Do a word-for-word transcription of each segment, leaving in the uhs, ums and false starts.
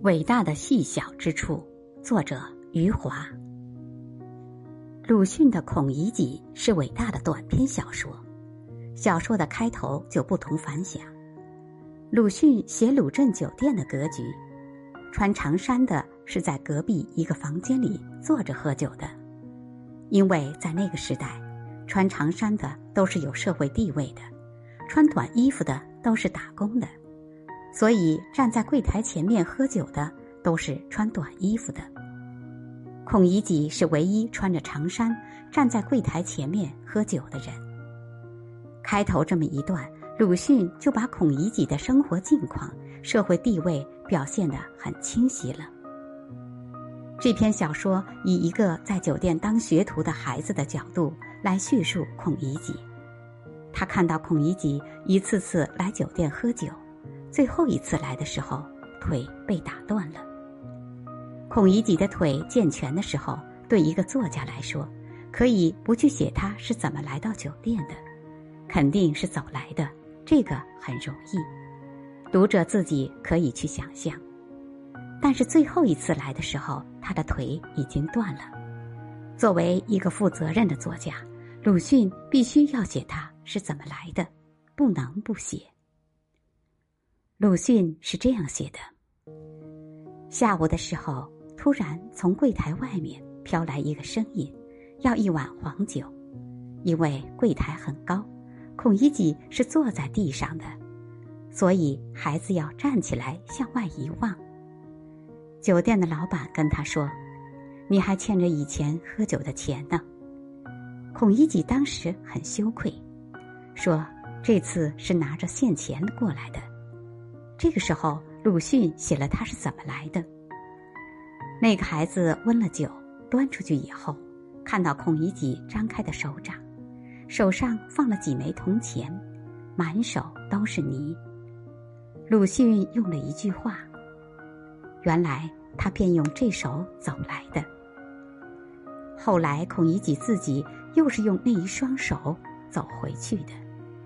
伟大的细小之处，作者余华。鲁迅的《孔乙己》是伟大的短篇小说，小说的开头就不同凡响。鲁迅写鲁镇酒店的格局，穿长衫的是在隔壁一个房间里坐着喝酒的，因为在那个时代，穿长衫的都是有社会地位的，穿短衣服的都是打工的，所以站在柜台前面喝酒的都是穿短衣服的。孔乙己是唯一穿着长衫站在柜台前面喝酒的人。开头这么一段，鲁迅就把孔乙己的生活境况、社会地位表现得很清晰了。这篇小说以一个在酒店当学徒的孩子的角度来叙述孔乙己。他看到孔乙己一次次来酒店喝酒，最后一次来的时候，腿被打断了。孔乙己的腿健全的时候，对一个作家来说，可以不去写他是怎么来到酒店的，肯定是走来的，这个很容易，读者自己可以去想象。但是最后一次来的时候，他的腿已经断了。作为一个负责任的作家，鲁迅必须要写他是怎么来的，不能不写。鲁迅是这样写的：下午的时候，突然从柜台外面飘来一个声音，要一碗黄酒。因为柜台很高，孔乙己是坐在地上的，所以孩子要站起来向外一望。酒店的老板跟他说：你还欠着以前喝酒的钱呢。孔乙己当时很羞愧，说这次是拿着现钱过来的。这个时候鲁迅写了他是怎么来的。那个孩子温了酒，端出去以后，看到孔乙己张开的手掌，手上放了几枚铜钱，满手都是泥。鲁迅用了一句话，原来他便用这手走来的。后来孔乙己自己又是用那一双手走回去的。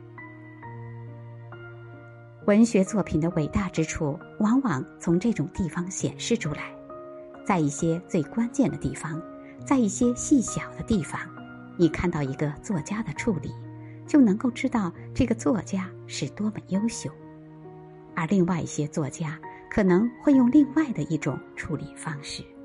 文学作品的伟大之处，往往从这种地方显示出来。在一些最关键的地方，在一些细小的地方，你看到一个作家的处理，就能够知道这个作家是多么优秀。而另外一些作家可能会用另外的一种处理方式。